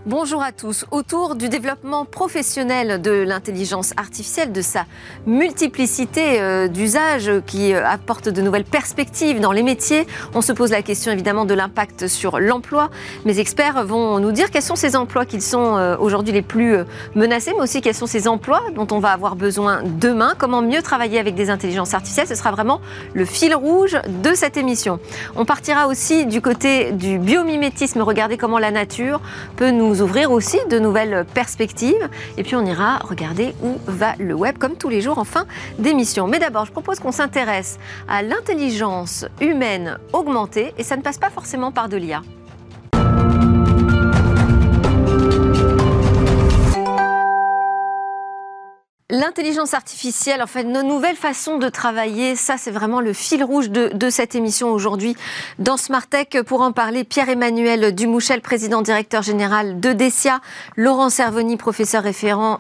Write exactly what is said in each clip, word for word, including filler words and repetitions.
Bonjour à tous. Autour du développement professionnel de l'intelligence artificielle, de sa multiplicité euh, d'usages qui euh, apporte de nouvelles perspectives dans les métiers, on se pose la question évidemment de l'impact sur l'emploi. Mes experts vont nous dire quels sont ces emplois qui sont euh, aujourd'hui les plus euh, menacés, mais aussi quels sont ces emplois dont on va avoir besoin demain. Comment mieux travailler avec des intelligences artificielles, ce sera vraiment le fil rouge de cette émission. On partira aussi du côté du biomimétisme, regarder comment la nature peut nous ouvrir aussi de nouvelles perspectives. Et puis on ira regarder où va le web, comme tous les jours en fin d'émission. Mais d'abord, je propose qu'on s'intéresse à l'intelligence humaine augmentée, et ça ne passe pas forcément par de l'I A. L'intelligence artificielle, en fait, nos nouvelles façons de travailler, ça c'est vraiment le fil rouge de, de cette émission aujourd'hui. Dans Smart Tech, pour en parler, Pierre-Emmanuel Dumouchel, président directeur général de Dessia, Laurent Servoni, professeur référent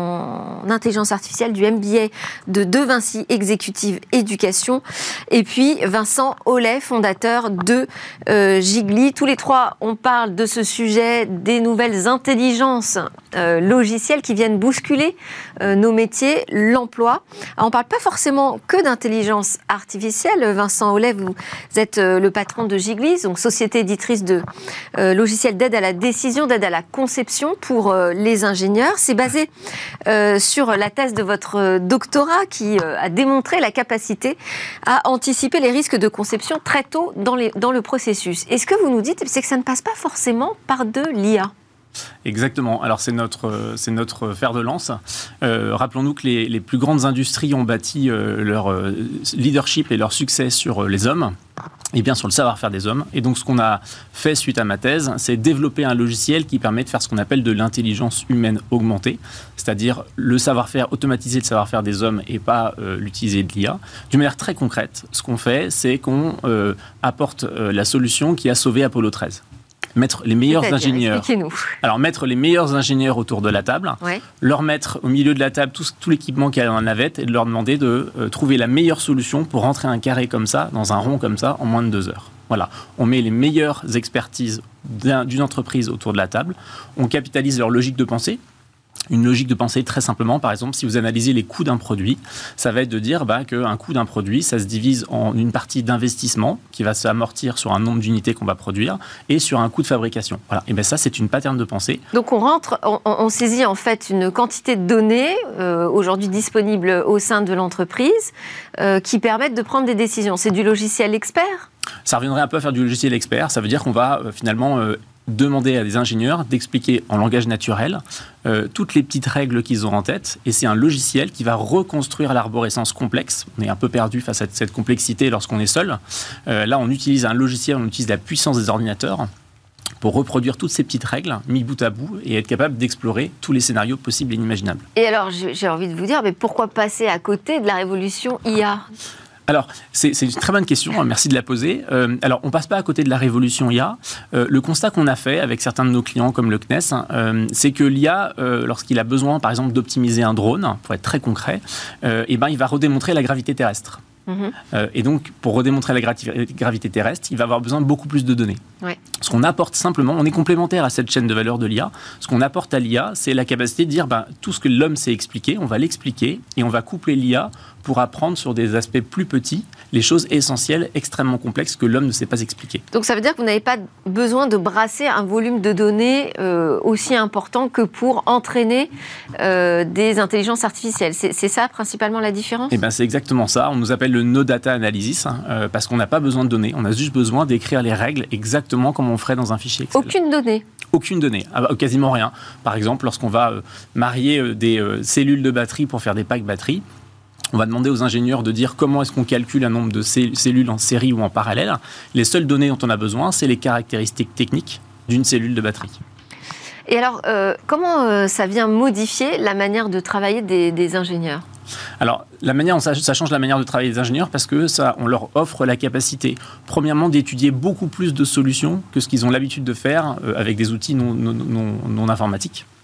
en intelligence artificielle du M B A de De Vinci Executive Éducation, et puis Vincent Aulet, fondateur de euh, Gigli. Tous les trois, on parle de ce sujet, des nouvelles intelligences euh, logicielles qui viennent bousculer euh, nos métier, l'emploi. Alors, on ne parle pas forcément que d'intelligence artificielle. Vincent Aulet, vous êtes le patron de Gigli, donc société éditrice de euh, logiciels d'aide à la décision, d'aide à la conception pour euh, les ingénieurs. C'est basé euh, sur la thèse de votre doctorat qui euh, a démontré la capacité à anticiper les risques de conception très tôt dans, les, dans le processus. Et ce que vous nous dites, c'est que ça ne passe pas forcément par de l'I A. Exactement. Alors c'est notre, c'est notre fer de lance. Euh, rappelons-nous que les, les plus grandes industries ont bâti euh, leur euh, leadership et leur succès sur euh, les hommes, et bien sur le savoir-faire des hommes. Et donc ce qu'on a fait suite à ma thèse, c'est développer un logiciel qui permet de faire ce qu'on appelle de l'intelligence humaine augmentée, c'est-à-dire le savoir-faire, automatiser le savoir-faire des hommes et pas euh, l'utiliser de l'I A. D'une manière très concrète, ce qu'on fait, c'est qu'on euh, apporte euh, la solution qui a sauvé Apollo treize. Mettre les meilleurs C'est-à-dire, ingénieurs. expliquez-nous. Alors mettre les meilleurs ingénieurs autour de la table, Ouais. leur mettre au milieu de la table tout, tout l'équipement qu'il y a dans la navette et de leur demander de euh, trouver la meilleure solution pour rentrer un carré comme ça, dans un rond comme ça, en moins de deux heures. Voilà, on met les meilleures expertises d'un, d'une entreprise autour de la table, on capitalise leur logique de pensée. Une logique de pensée, très simplement, par exemple, si vous analysez les coûts d'un produit, ça va être de dire bah, qu'un coût d'un produit, ça se divise en une partie d'investissement qui va s'amortir sur un nombre d'unités qu'on va produire et sur un coût de fabrication. Voilà. Et bien ça, c'est une pattern de pensée. Donc on rentre, on, on saisit en fait une quantité de données euh, aujourd'hui disponibles au sein de l'entreprise euh, qui permettent de prendre des décisions. C'est du logiciel expert ? Ça reviendrait un peu à faire du logiciel expert. Ça veut dire qu'on va euh, finalement... Euh, demander à des ingénieurs d'expliquer en langage naturel euh, toutes les petites règles qu'ils ont en tête, et c'est un logiciel qui va reconstruire l'arborescence complexe. On est un peu perdu face à cette complexité lorsqu'on est seul. Euh, là, on utilise un logiciel, on utilise la puissance des ordinateurs pour reproduire toutes ces petites règles mis bout à bout et être capable d'explorer tous les scénarios possibles et inimaginables. Et alors, j'ai envie de vous dire, mais pourquoi passer à côté de la révolution I A ? Alors, c'est, c'est une très bonne question, merci de la poser. Euh, alors, on ne passe pas à côté de la révolution I A. Euh, le constat qu'on a fait avec certains de nos clients, comme le C N E S, euh, c'est que l'I A, euh, lorsqu'il a besoin, par exemple, d'optimiser un drone, pour être très concret, euh, eh ben, il va redémontrer la gravité terrestre. Mmh. Euh, et donc, pour redémontrer la gravi- gravité terrestre, il va avoir besoin de beaucoup plus de données. Ouais. Ce qu'on apporte simplement, on est complémentaire à cette chaîne de valeur de l'I A, ce qu'on apporte à l'I A, c'est la capacité de dire ben, tout ce que l'homme sait expliquer, on va l'expliquer et on va coupler l'I A pour apprendre sur des aspects plus petits les choses essentielles, extrêmement complexes que l'homme ne sait pas expliquer. Donc ça veut dire que vous n'avez pas besoin de brasser un volume de données euh, aussi important que pour entraîner euh, des intelligences artificielles. C'est, c'est ça principalement la différence ? Eh ben, c'est exactement ça. On nous appelle le no data analysis hein, euh, parce qu'on n'a pas besoin de données. On a juste besoin d'écrire les règles exactement comme on ferait dans un fichier Excel. Aucune donnée ? Aucune donnée, quasiment rien. Par exemple, lorsqu'on va euh, marier euh, des euh, cellules de batterie pour faire des packs batterie, on va demander aux ingénieurs de dire comment est-ce qu'on calcule un nombre de cellules en série ou en parallèle. Les seules données dont on a besoin, c'est les caractéristiques techniques d'une cellule de batterie. Et alors, euh, comment euh, ça vient modifier la manière de travailler des, des ingénieurs ? Alors, la manière, ça, ça change la manière de travailler des ingénieurs parce que ça, on leur offre la capacité, premièrement, d'étudier beaucoup plus de solutions que ce qu'ils ont l'habitude de faire euh, avec des outils non, non, non, non informatiques.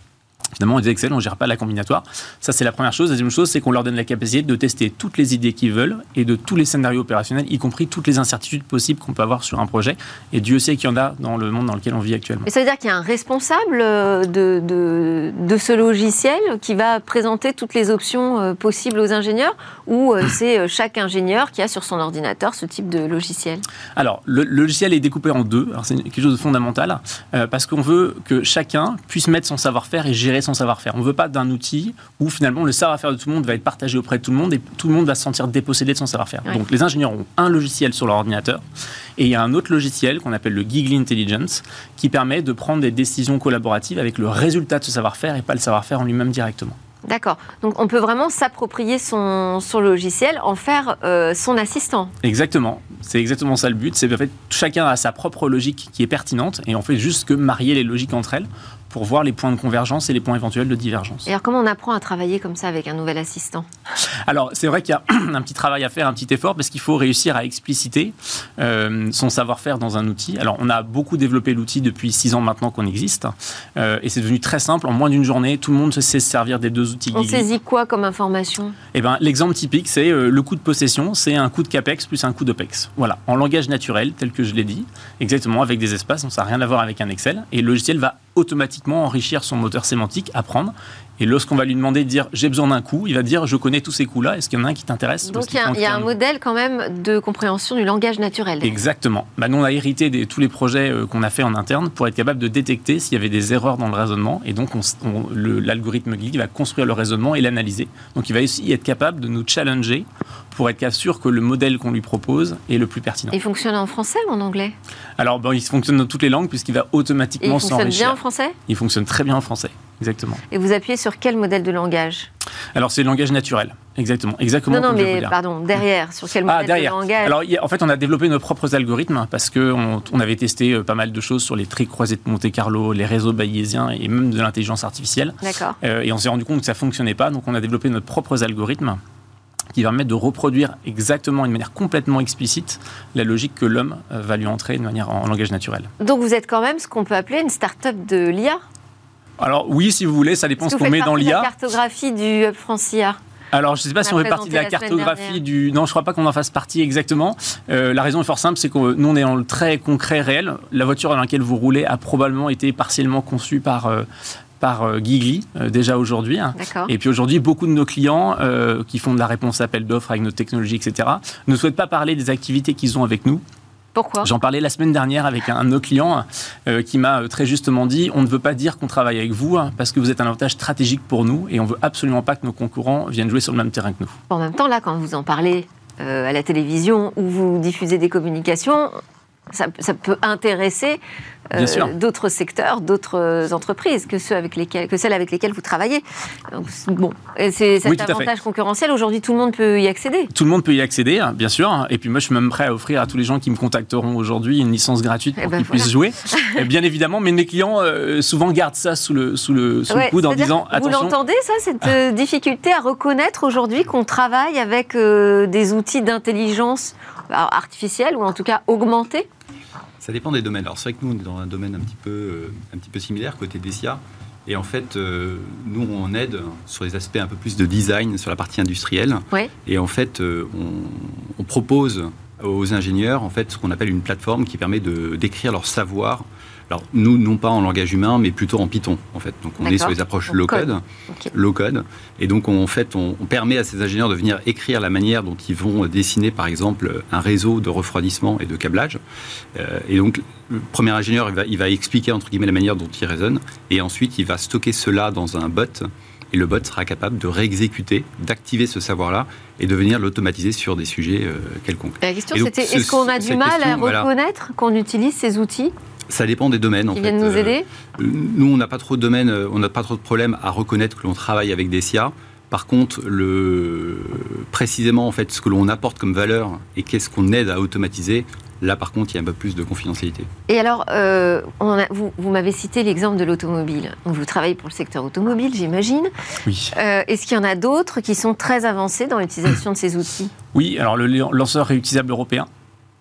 Finalement, des Excel, on ne gère pas la combinatoire. Ça, c'est la première chose. La deuxième chose, c'est qu'on leur donne la capacité de tester toutes les idées qu'ils veulent et de tous les scénarios opérationnels, y compris toutes les incertitudes possibles qu'on peut avoir sur un projet. Et Dieu sait qu'il y en a dans le monde dans lequel on vit actuellement. Mais ça veut dire qu'il y a un responsable de, de, de ce logiciel qui va présenter toutes les options possibles aux ingénieurs, ou c'est chaque ingénieur qui a sur son ordinateur ce type de logiciel? Alors, le, le logiciel est découpé en deux. Alors, c'est quelque chose de fondamental euh, parce qu'on veut que chacun puisse mettre son savoir-faire et gérer son savoir-faire. On ne veut pas d'un outil où finalement le savoir-faire de tout le monde va être partagé auprès de tout le monde et tout le monde va se sentir dépossédé de son savoir-faire. Oui. Donc les ingénieurs ont un logiciel sur leur ordinateur et il y a un autre logiciel qu'on appelle le Giggly Intelligence qui permet de prendre des décisions collaboratives avec le résultat de ce savoir-faire et pas le savoir-faire en lui-même directement. D'accord. Donc on peut vraiment s'approprier son, son logiciel, en faire euh, son assistant. Exactement. C'est exactement ça le but. C'est en fait chacun a sa propre logique qui est pertinente et on fait juste que marier les logiques entre elles pour voir les points de convergence et les points éventuels de divergence. Et alors comment on apprend à travailler comme ça avec un nouvel assistant? Alors c'est vrai qu'il y a un petit travail à faire, un petit effort, parce qu'il faut réussir à expliciter euh, son savoir-faire dans un outil. Alors on a beaucoup développé l'outil depuis six ans maintenant qu'on existe euh, et c'est devenu très simple. En moins d'une journée, tout le monde sait se servir des deux outils. On Giggly. saisit quoi comme information? Eh ben, l'exemple typique, c'est euh, le coût de possession, c'est un coût de CAPEX plus un coût d'OPEX. Voilà, en langage naturel, tel que je l'ai dit, exactement, avec des espaces, donc ça n'a rien à voir avec un Excel. Et le logiciel va automatiquement enrichir son moteur sémantique, apprendre. Et lorsqu'on va lui demander de dire « j'ai besoin d'un coût », il va dire « je connais tous ces coûts-là, est-ce qu'il y en a un qui t'intéresse ?» Donc il y, y a un modèle quand même de compréhension du langage naturel. Exactement. Bah, nous, on a hérité de tous les projets euh, qu'on a fait en interne pour être capable de détecter s'il y avait des erreurs dans le raisonnement. Et donc on, on, le, l'algorithme Giggly va construire le raisonnement et l'analyser. Donc il va aussi être capable de nous challenger pour être sûr que le modèle qu'on lui propose est le plus pertinent. Et il fonctionne en français ou en anglais? Alors bon, il fonctionne dans toutes les langues puisqu'il va automatiquement s'enrichir. Il fonctionne bien en français? Il fonctionne très bien en français. Exactement. Et vous appuyez sur quel modèle de langage? Alors, c'est le langage naturel. Exactement. Exactement. Non, non, mais pardon, derrière, sur quel modèle ah, derrière. de langage? Alors, en fait, on a développé nos propres algorithmes parce qu'on on avait testé pas mal de choses sur les traits croisés de Monte-Carlo, les réseaux bayésiens et même de l'intelligence artificielle. D'accord. Euh, et on s'est rendu compte que ça ne fonctionnait pas. Donc, on a développé nos propres algorithmes qui permettent de reproduire exactement, d'une manière complètement explicite, la logique que l'homme va lui entrer de manière en langage naturel. Donc, vous êtes quand même ce qu'on peut appeler une start-up de l'I A? Alors oui, si vous voulez, ça dépend ce qu'on met dans l'I A. Vous faites partie de la cartographie du Hub France I A? Alors, je ne sais pas si on fait partie de la cartographie du... Non, je ne crois pas qu'on en fasse partie exactement. Euh, la raison est fort simple, c'est que nous, on est dans le très concret, réel. La voiture dans laquelle vous roulez a probablement été partiellement conçue par... Euh, par euh, Giggly, euh, déjà aujourd'hui. D'accord. Et puis aujourd'hui, beaucoup de nos clients euh, qui font de la réponse à appel d'offres avec nos technologies, et cetera, ne souhaitent pas parler des activités qu'ils ont avec nous. Pourquoi? J'en parlais la semaine dernière avec un de nos clients euh, qui m'a très justement dit « on ne veut pas dire qu'on travaille avec vous hein, parce que vous êtes un avantage stratégique pour nous et on ne veut absolument pas que nos concurrents viennent jouer sur le même terrain que nous. » En même temps, là, quand vous en parlez euh, à la télévision ou vous diffusez des communications, ça, ça peut intéresser euh, d'autres secteurs, d'autres entreprises que, ceux avec lesquels, que celles avec lesquelles vous travaillez. Donc, bon, c'est cet oui, avantage concurrentiel. Aujourd'hui, tout le monde peut y accéder. Tout le monde peut y accéder, bien sûr. Et puis moi, je suis même prêt à offrir à tous les gens qui me contacteront aujourd'hui une licence gratuite pour eh ben qu'ils voilà. puissent jouer. Et bien évidemment, mais mes clients euh, souvent gardent ça sous le, sous le, sous ouais, le coude en disant « attention ». Vous l'entendez, ça, cette euh, difficulté à reconnaître aujourd'hui qu'on travaille avec euh, des outils d'intelligence artificielle ou en tout cas augmentée? Ça dépend des domaines. Alors c'est vrai que nous, on est dans un domaine un petit peu, euh, un petit peu similaire, côté D C A. Et en fait, euh, nous, on aide sur les aspects un peu plus de design, sur la partie industrielle. Ouais. Et en fait, euh, on, on propose aux ingénieurs en fait, ce qu'on appelle une plateforme qui permet de, d'écrire leur savoir. Alors, nous, non pas en langage humain, mais plutôt en Python, en fait. Donc, on D'accord. est sur les approches low-code. Okay. Low-code. Et donc, on, en fait, on, on permet à ces ingénieurs de venir écrire la manière dont ils vont dessiner, par exemple, un réseau de refroidissement et de câblage. Euh, et donc, le premier ingénieur, il va, il va expliquer, entre guillemets, la manière dont il raisonne. Et ensuite, il va stocker cela dans un bot. Et le bot sera capable de réexécuter, d'activer ce savoir-là et de venir l'automatiser sur des sujets euh, quelconques. La question, donc, c'était, est-ce qu'on a du mal question, à reconnaître voilà. qu'on utilise ces outils ? Ça dépend des domaines. Qui en viennent fait. nous aider euh, Nous, on n'a pas trop de domaines, on n'a pas trop de problèmes à reconnaître que l'on travaille avec des S I A. Par contre, le... précisément, en fait, ce que l'on apporte comme valeur et qu'est-ce qu'on aide à automatiser, là, par contre, il y a un peu plus de confidentialité. Et alors, euh, on a, vous, vous m'avez cité l'exemple de l'automobile. Vous travaillez pour le secteur automobile, j'imagine. Oui. Euh, est-ce qu'il y en a d'autres qui sont très avancés dans l'utilisation de ces outils ? Oui, alors le lanceur réutilisable européen,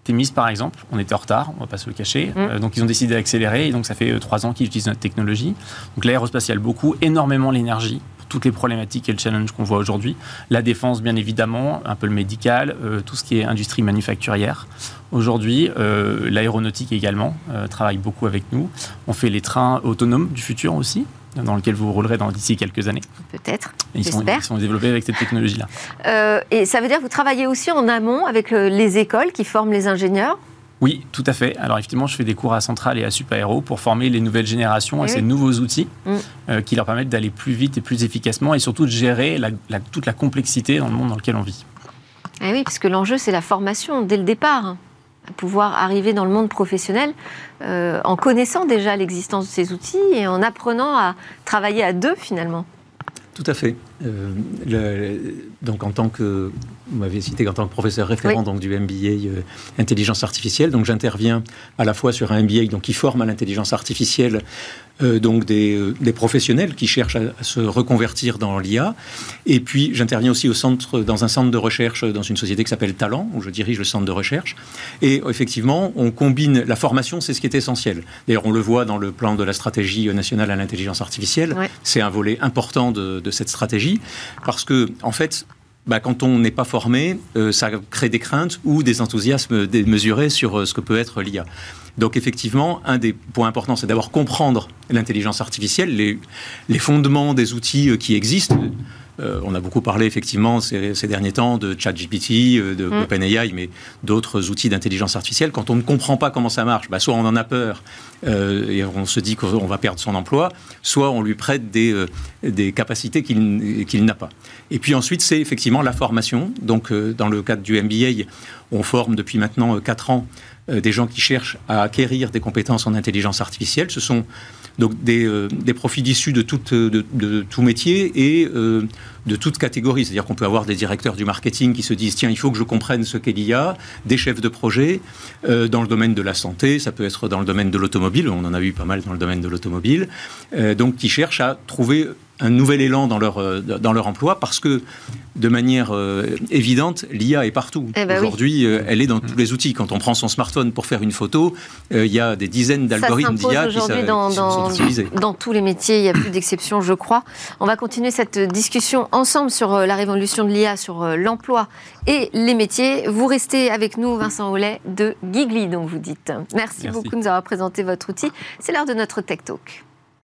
Thémis, par exemple, on était en retard, on ne va pas se le cacher. Mmh. Euh, donc, ils ont décidé d'accélérer. Et donc, ça fait euh, trois ans qu'ils utilisent notre technologie. Donc, l'aérospatiale, beaucoup, énormément l'énergie. Toutes les problématiques et le challenge qu'on voit aujourd'hui. La défense, bien évidemment, un peu le médical, euh, tout ce qui est industrie manufacturière. Aujourd'hui, euh, l'aéronautique également euh, travaille beaucoup avec nous. On fait les trains autonomes du futur aussi, dans lesquels vous roulerez dans, d'ici quelques années. Peut-être, ils sont, ils sont développés avec cette technologie-là. Euh, et ça veut dire que vous travaillez aussi en amont avec le, les écoles qui forment les ingénieurs ? Oui, tout à fait. Alors effectivement, je fais des cours à Centrale et à Supaéro pour former les nouvelles générations et à oui. ces nouveaux outils mmh. euh, qui leur permettent d'aller plus vite et plus efficacement et surtout de gérer la, la, toute la complexité dans le monde dans lequel on vit. Et oui, parce que l'enjeu, c'est la formation dès le départ. Pouvoir arriver dans le monde professionnel euh, en connaissant déjà l'existence de ces outils et en apprenant à travailler à deux finalement. Tout à fait. Euh, le, donc en tant que, vous m'avez cité en tant que professeur référent oui. donc, du M B A euh, intelligence artificielle, donc j'interviens à la fois sur un M B A donc, qui forme à l'intelligence artificielle euh, donc des, euh, des professionnels qui cherchent à, à se reconvertir dans l'I A, et puis j'interviens aussi au centre, dans un centre de recherche dans une société qui s'appelle Talent, où je dirige le centre de recherche, et effectivement on combine la formation, c'est ce qui est essentiel. D'ailleurs on le voit dans le plan de la stratégie nationale à l'intelligence artificielle, oui. c'est un volet important de, de cette stratégie. Parce que, en fait, bah, quand on n'est pas formé, euh, ça crée des craintes ou des enthousiasmes démesurés sur euh, ce que peut être l'I A. Donc, effectivement, un des points importants, c'est d'abord comprendre l'intelligence artificielle, les, les fondements des outils qui existent. Euh, on a beaucoup parlé, effectivement, ces, ces derniers temps de ChatGPT, euh, de mmh. OpenAI, mais d'autres outils d'intelligence artificielle. Quand on ne comprend pas comment ça marche, bah, soit on en a peur euh, et on se dit qu'on va perdre son emploi, soit on lui prête des, euh, des capacités qu'il, qu'il n'a pas. Et puis ensuite, c'est effectivement la formation. Donc, euh, dans le cadre du M B A, on forme depuis maintenant quatre ans euh, des gens qui cherchent à acquérir des compétences en intelligence artificielle. Ce sont donc des, euh, des profils issus de tout, de, de, de tout métier et euh, de toute catégorie. C'est-à-dire qu'on peut avoir des directeurs du marketing qui se disent « Tiens, il faut que je comprenne ce qu'est l'I A », des chefs de projet euh, dans le domaine de la santé, ça peut être dans le domaine de l'automobile, on en a vu pas mal dans le domaine de l'automobile, euh, donc qui cherchent à trouver un nouvel élan dans leur, euh, dans leur emploi parce que, de manière euh, évidente, l'I A est partout. Eh ben Aujourd'hui, oui. euh, elle est dans tous les outils. Quand on prend son smartphone pour faire une photo, euh, il y a des dizaines d'algorithmes d'I A qui, ça, dans, qui dans, sont utilisés. Dans tous les métiers, il n'y a plus d'exception, je crois. On va continuer cette discussion ensemble sur euh, la révolution de l'I A, sur euh, l'emploi et les métiers. Vous restez avec nous, Vincent Aulet, de Gigli, donc vous dites. Merci, Merci beaucoup de nous avoir présenté votre outil. C'est l'heure de notre Tech Talk.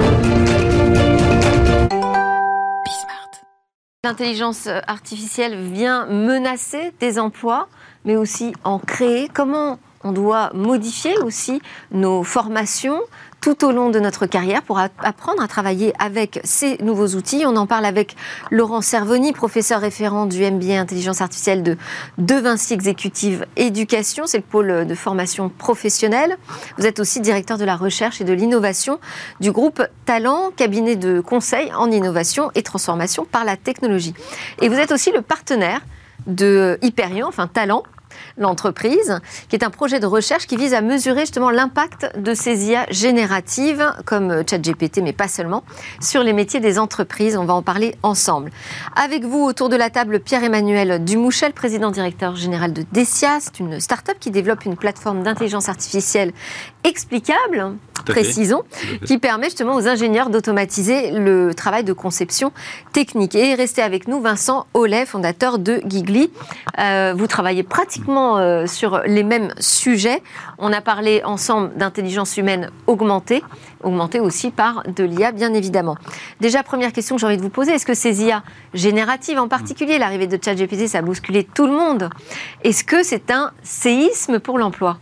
L'intelligence artificielle vient menacer des emplois, mais aussi en créer. Comment on doit modifier aussi nos formations tout au long de notre carrière pour apprendre à travailler avec ces nouveaux outils. On en parle avec Laurent Cervoni, professeur référent du M B A Intelligence Artificielle de, de Vinci Exécutive Éducation. C'est le pôle de formation professionnelle. Vous êtes aussi directeur de la recherche et de l'innovation du groupe Talent, cabinet de conseil en innovation et transformation par la technologie. Et vous êtes aussi le partenaire de Hyperion, enfin Talent, l'entreprise, qui est un projet de recherche qui vise à mesurer justement l'impact de ces I A génératives, comme ChatGPT, mais pas seulement, sur les métiers des entreprises. On va en parler ensemble. Avec vous, autour de la table, Pierre-Emmanuel Dumouchel, président-directeur général de Dessia. C'est une start-up qui développe une plateforme d'intelligence artificielle explicable, précisons, qui permet justement aux ingénieurs d'automatiser le travail de conception technique. Et restez avec nous, Vincent Aulet, fondateur de Gigli. Euh, vous travaillez pratiquement euh, sur les mêmes sujets. On a parlé ensemble d'intelligence humaine augmentée, augmentée aussi par de l'I A, bien évidemment. Déjà, première question que j'ai envie de vous poser, est-ce que ces I A génératives, en particulier l'arrivée de ChatGPT, ça a bousculé tout le monde? Est-ce que c'est un séisme pour l'emploi?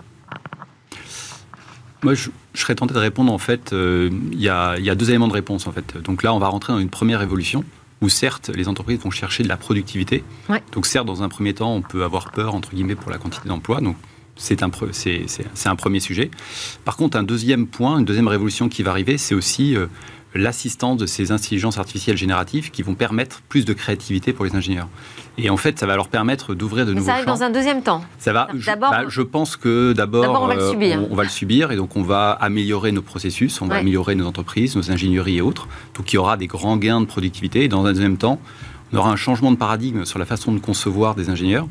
Moi, je, je serais tenté de répondre, en fait, euh, y a, y a deux éléments de réponse, en fait. Donc là, on va rentrer dans une première évolution, où certes, les entreprises vont chercher de la productivité. Ouais. Donc certes, dans un premier temps, on peut avoir peur, entre guillemets, pour la quantité d'emplois. Donc c'est un, c'est, c'est, c'est un premier sujet. Par contre, un deuxième point, une deuxième révolution qui va arriver, c'est aussi euh, l'assistance de ces intelligences artificielles génératives qui vont permettre plus de créativité pour les ingénieurs. Et en fait, ça va leur permettre d'ouvrir de nouveaux champs. Ça arrive dans un deuxième temps. Ça va. D'abord, je, bah, je pense que d'abord, d'abord on, va le subir. Euh, on, on va le subir et donc on va améliorer nos processus, on va ouais. améliorer nos entreprises, nos ingénieries et autres. Donc il y aura des grands gains de productivité. Et dans un deuxième temps, on aura un changement de paradigme sur la façon de concevoir des ingénieurs.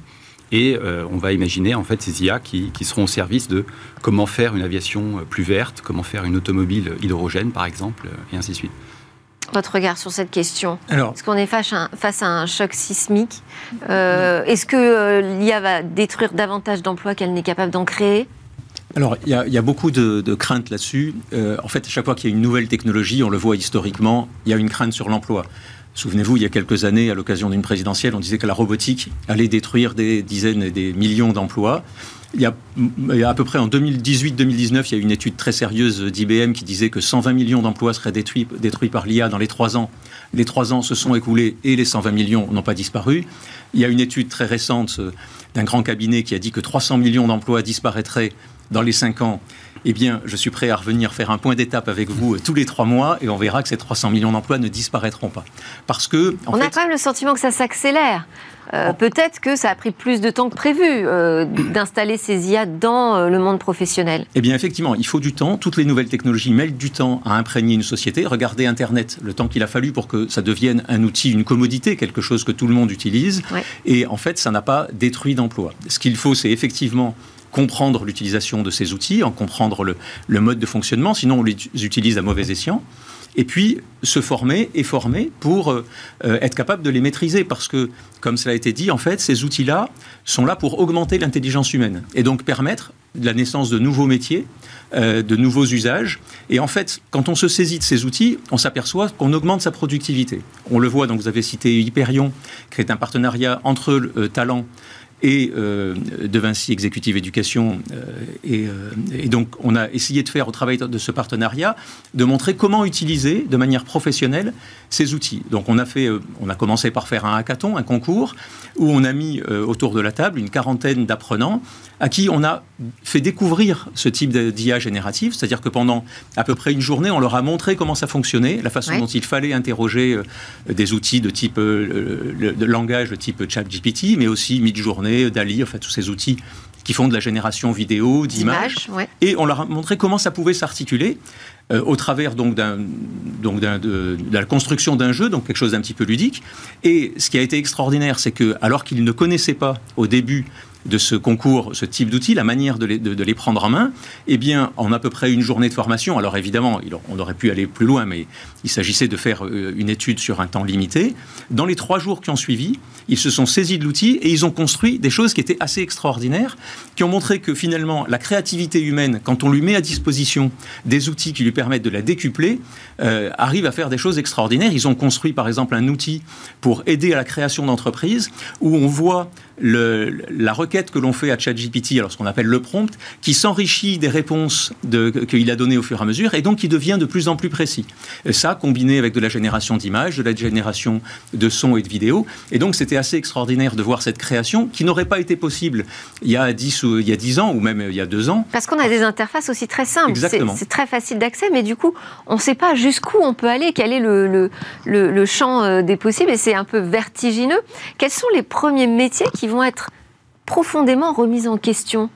Et euh, on va imaginer en fait ces I A qui, qui seront au service de comment faire une aviation plus verte, comment faire une automobile hydrogène par exemple, et ainsi de suite. Votre regard sur cette question? Alors, est-ce qu'on est face à un, face à un choc sismique? euh, Est-ce que euh, l'I A va détruire davantage d'emplois qu'elle n'est capable d'en créer? Alors, il y, y a beaucoup de, de craintes là-dessus. Euh, en fait, à chaque fois qu'il y a une nouvelle technologie, on le voit historiquement, il y a une crainte sur l'emploi. Souvenez-vous, il y a quelques années, à l'occasion d'une présidentielle, on disait que la robotique allait détruire des dizaines et des millions d'emplois. Il y, a, il y a à peu près en deux mille dix-huit deux mille dix-neuf, il y a une étude très sérieuse d'I B M qui disait que cent vingt millions d'emplois seraient détruits, détruits par l'I A dans les trois ans. Les trois ans se sont écoulés et les cent vingt millions n'ont pas disparu. Il y a une étude très récente d'un grand cabinet qui a dit que trois cents millions d'emplois disparaîtraient dans les cinq ans. Eh bien, je suis prêt à revenir faire un point d'étape avec vous tous les trois mois et on verra que ces trois cents millions d'emplois ne disparaîtront pas. Parce que, en on fait, a quand même le sentiment que ça s'accélère. Euh, peut-être que ça a pris plus de temps que prévu euh, d'installer ces I A dans euh, le monde professionnel. Eh bien, effectivement, il faut du temps. Toutes les nouvelles technologies mettent du temps à imprégner une société. Regardez Internet, le temps qu'il a fallu pour que ça devienne un outil, une commodité, quelque chose que tout le monde utilise. Ouais. Et en fait, ça n'a pas détruit d'emplois. Ce qu'il faut, c'est effectivement comprendre l'utilisation de ces outils, en comprendre le, le mode de fonctionnement, sinon on les utilise à mauvais escient. Et puis, se former et former pour euh, être capable de les maîtriser. Parce que, comme cela a été dit, en fait, ces outils-là sont là pour augmenter l'intelligence humaine. Et donc permettre la naissance de nouveaux métiers, euh, de nouveaux usages. Et en fait, quand on se saisit de ces outils, on s'aperçoit qu'on augmente sa productivité. On le voit, donc vous avez cité Hyperion, qui est un partenariat entre euh, Talent et euh, De Vinci Executive Education. Euh, et, euh, et donc, on a essayé de faire, au travail de ce partenariat, de montrer comment utiliser de manière professionnelle ces outils. Donc, on a, fait, euh, on a commencé par faire un hackathon, un concours, où on a mis euh, autour de la table une quarantaine d'apprenants à qui on a fait découvrir ce type d'I A générative, c'est-à-dire que pendant à peu près une journée, on leur a montré comment ça fonctionnait, la façon oui. dont il fallait interroger euh, des outils de type euh, le, de langage de type ChatGPT, mais aussi Midjourney, Dali, enfin tous ces outils qui font de la génération vidéo, d'images. Ouais. Et on leur a montré comment ça pouvait s'articuler euh, au travers donc, d'un, donc d'un, de, de la construction d'un jeu, donc quelque chose d'un petit peu ludique. Et ce qui a été extraordinaire, c'est que alors qu'ils ne connaissaient pas au début de ce concours, ce type d'outils, la manière de les, de, de les prendre en main, eh bien, en à peu près une journée de formation, alors évidemment, il, on aurait pu aller plus loin, mais il s'agissait de faire euh, une étude sur un temps limité. Dans les trois jours qui ont suivi, ils se sont saisis de l'outil et ils ont construit des choses qui étaient assez extraordinaires, qui ont montré que finalement, la créativité humaine, quand on lui met à disposition des outils qui lui permettent de la décupler, euh, arrive à faire des choses extraordinaires. Ils ont construit, par exemple, un outil pour aider à la création d'entreprises, où on voit Le, la requête que l'on fait à ChatGPT, alors ce qu'on appelle le prompt, qui s'enrichit des réponses de, qu'il a données au fur et à mesure, et donc qui devient de plus en plus précis. Et ça, combiné avec de la génération d'images, de la génération de sons et de vidéos. Et donc, c'était assez extraordinaire de voir cette création qui n'aurait pas été possible il y a dix, ou, il y a dix ans, ou même il y a deux ans. Parce qu'on a des interfaces aussi très simples. Exactement. C'est, c'est très facile d'accès, mais du coup, on ne sait pas jusqu'où on peut aller, quel est le, le, le, le champ des possibles, et c'est un peu vertigineux. Quels sont les premiers métiers qui vont être profondément remises en question,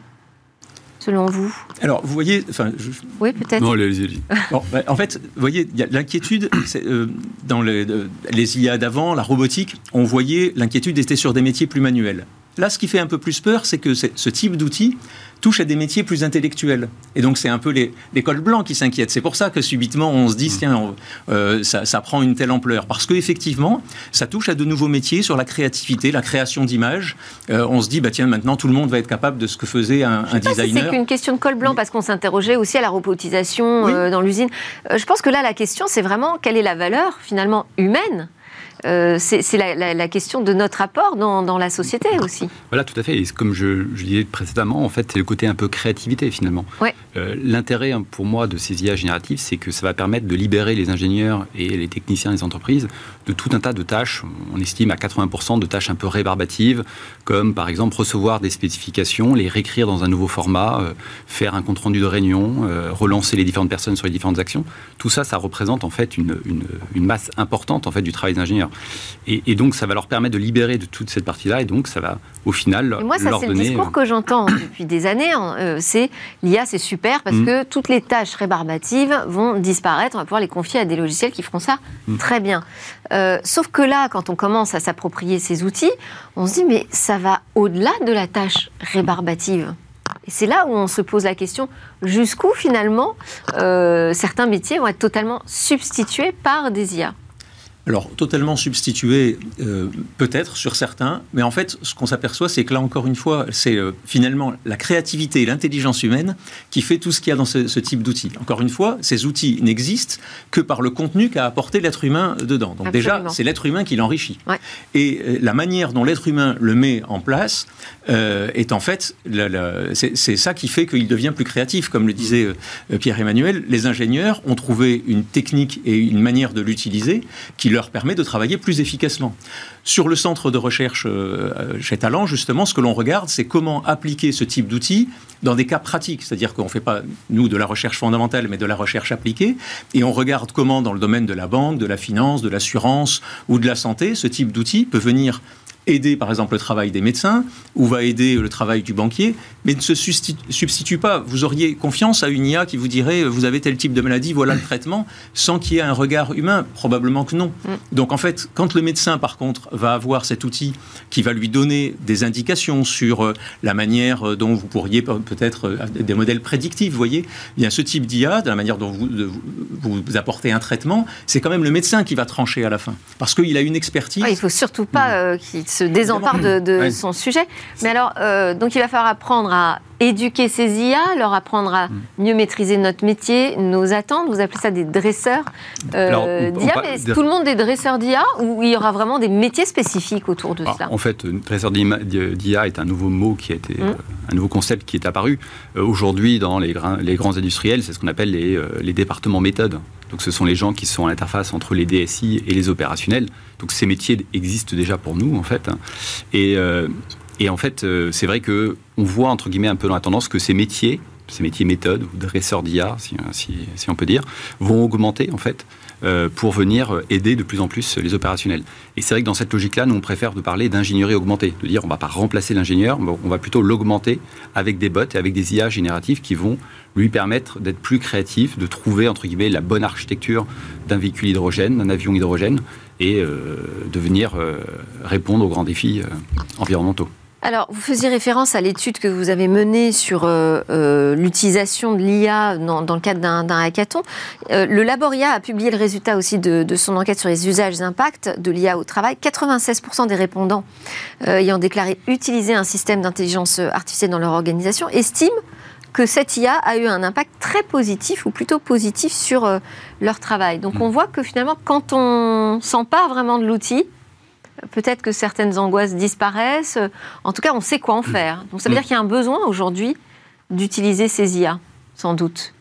selon vous? Alors, vous voyez... Enfin, je... Oui, peut-être. Non, allez-y, allez-y. Bon, bah, en fait, vous voyez, il y a l'inquiétude, c'est, euh, dans les, euh, les I A d'avant, la robotique, on voyait, l'inquiétude était sur des métiers plus manuels. Là, ce qui fait un peu plus peur, c'est que ce type d'outil touche à des métiers plus intellectuels. Et donc, c'est un peu les, les cols blancs qui s'inquiètent. C'est pour ça que, subitement, on se dit, tiens, on, euh, ça, ça prend une telle ampleur. Parce qu'effectivement, ça touche à de nouveaux métiers sur la créativité, la création d'images. Euh, on se dit, bah, tiens, maintenant, tout le monde va être capable de ce que faisait un, un designer. Si c'est qu'une question de col blanc, parce qu'on s'interrogeait aussi à la robotisation oui. euh, dans l'usine. Euh, je pense que là, la question, c'est vraiment quelle est la valeur, finalement, humaine. Euh, c'est, c'est la, la, la question de notre apport dans, dans la société aussi. Voilà, tout à fait. Et comme je, je disais précédemment, en fait, c'est le côté un peu créativité, finalement. Ouais. Euh, l'intérêt, pour moi, de ces I A génératives, c'est que ça va permettre de libérer les ingénieurs et les techniciens des entreprises de tout un tas de tâches. On estime à quatre-vingts pour cent de tâches un peu rébarbatives, comme, par exemple, recevoir des spécifications, les réécrire dans un nouveau format, euh, faire un compte-rendu de réunion, euh, relancer les différentes personnes sur les différentes actions. Tout ça, ça représente, en fait, une, une, une masse importante, en fait, du travail d'ingénieur. Et, et donc, ça va leur permettre de libérer de toute cette partie-là, et donc, ça va, au final, et moi, ça, leur c'est donner... le discours que j'entends depuis des années, hein, euh, c'est l'I A, c'est super, parce mmh. que toutes les tâches rébarbatives vont disparaître, on va pouvoir les confier à des logiciels qui feront ça mmh. très bien. Euh, sauf que là, quand on commence à s'approprier ces outils, on se dit, mais ça va au-delà de la tâche rébarbative. Et c'est là où on se pose la question, jusqu'où finalement euh, certains métiers vont être totalement substitués par des I A ? Alors, totalement substitué, euh, peut-être, sur certains, mais en fait, ce qu'on s'aperçoit, c'est que là, encore une fois, c'est euh, finalement la créativité et l'intelligence humaine qui fait tout ce qu'il y a dans ce, ce type d'outils. Encore une fois, ces outils n'existent que par le contenu qu'a apporté l'être humain dedans. Donc Absolument. Déjà, c'est l'être humain qui l'enrichit. Ouais. Et euh, la manière dont l'être humain le met en place euh, est en fait, la, la, c'est, c'est ça qui fait qu'il devient plus créatif. Comme le disait euh, Pierre-Emmanuel, les ingénieurs ont trouvé une technique et une manière de l'utiliser qui leur permet de travailler plus efficacement. Sur le centre de recherche euh, chez Talent, justement, ce que l'on regarde, c'est comment appliquer ce type d'outils dans des cas pratiques. C'est-à-dire qu'on ne fait pas, nous, de la recherche fondamentale, mais de la recherche appliquée. Et on regarde comment, dans le domaine de la banque, de la finance, de l'assurance ou de la santé, ce type d'outil peut venir aider, par exemple, le travail des médecins ou va aider le travail du banquier, mais ne se substitue pas. Vous auriez confiance à une I A qui vous dirait « vous avez tel type de maladie, voilà le traitement », sans qu'il y ait un regard humain ? Probablement que non. Mm. Donc, en fait, quand le médecin, par contre, va avoir cet outil qui va lui donner des indications sur la manière dont vous pourriez peut-être des modèles prédictifs, vous voyez, eh bien, ce type d'I A, de la manière dont vous, de, vous apportez un traitement, c'est quand même le médecin qui va trancher à la fin. Parce qu'il a une expertise. Ouais, il ne faut surtout pas euh, qu'il se désempare de, de ouais. son sujet. Mais alors, euh, donc il va falloir apprendre à éduquer ces I A, leur apprendre à mieux maîtriser notre métier, nos attentes. Vous appelez ça des dresseurs euh, d'I A, mais est tout le monde des dresseurs d'I A ou il y aura vraiment des métiers spécifiques autour de alors, cela ? En fait, dresseur d'I A est un nouveau mot qui a été, mmh. euh, un nouveau concept qui est apparu. Euh, aujourd'hui, dans les, les grands industriels, c'est ce qu'on appelle les, euh, les départements méthodes. Donc, ce sont les gens qui sont à l'interface entre les D S I et les opérationnels. Donc, ces métiers existent déjà pour nous, en fait. Et, euh, et en fait, euh, c'est vrai qu'on voit, entre guillemets, un peu dans la tendance que ces métiers, ces métiers méthodes, ou dresseurs d'I A, si, si, si on peut dire, vont augmenter, en fait, euh, pour venir aider de plus en plus les opérationnels. Et c'est vrai que dans cette logique-là, nous, on préfère de parler d'ingénierie augmentée, de dire on ne va pas remplacer l'ingénieur, mais on va plutôt l'augmenter avec des bots et avec des I A génératives qui vont lui permettre d'être plus créatif, de trouver, entre guillemets, la bonne architecture d'un véhicule hydrogène, d'un avion hydrogène, et euh, de venir euh, répondre aux grands défis euh, environnementaux. Alors, vous faisiez référence à l'étude que vous avez menée sur euh, euh, l'utilisation de l'I A dans, dans le cadre d'un, d'un hackathon. Euh, le Laboria a publié le résultat aussi de, de son enquête sur les usages et impacts de l'I A au travail. quatre-vingt-seize pour cent des répondants euh, ayant déclaré utiliser un système d'intelligence artificielle dans leur organisation estiment que cette I A a eu un impact très positif, ou plutôt positif, sur euh, leur travail. Donc, on voit que finalement, quand on s'empare vraiment de l'outil, peut-être que certaines angoisses disparaissent. En tout cas, on sait quoi en faire. Donc, ça veut dire qu'il y a un besoin aujourd'hui d'utiliser ces I A, sans doute.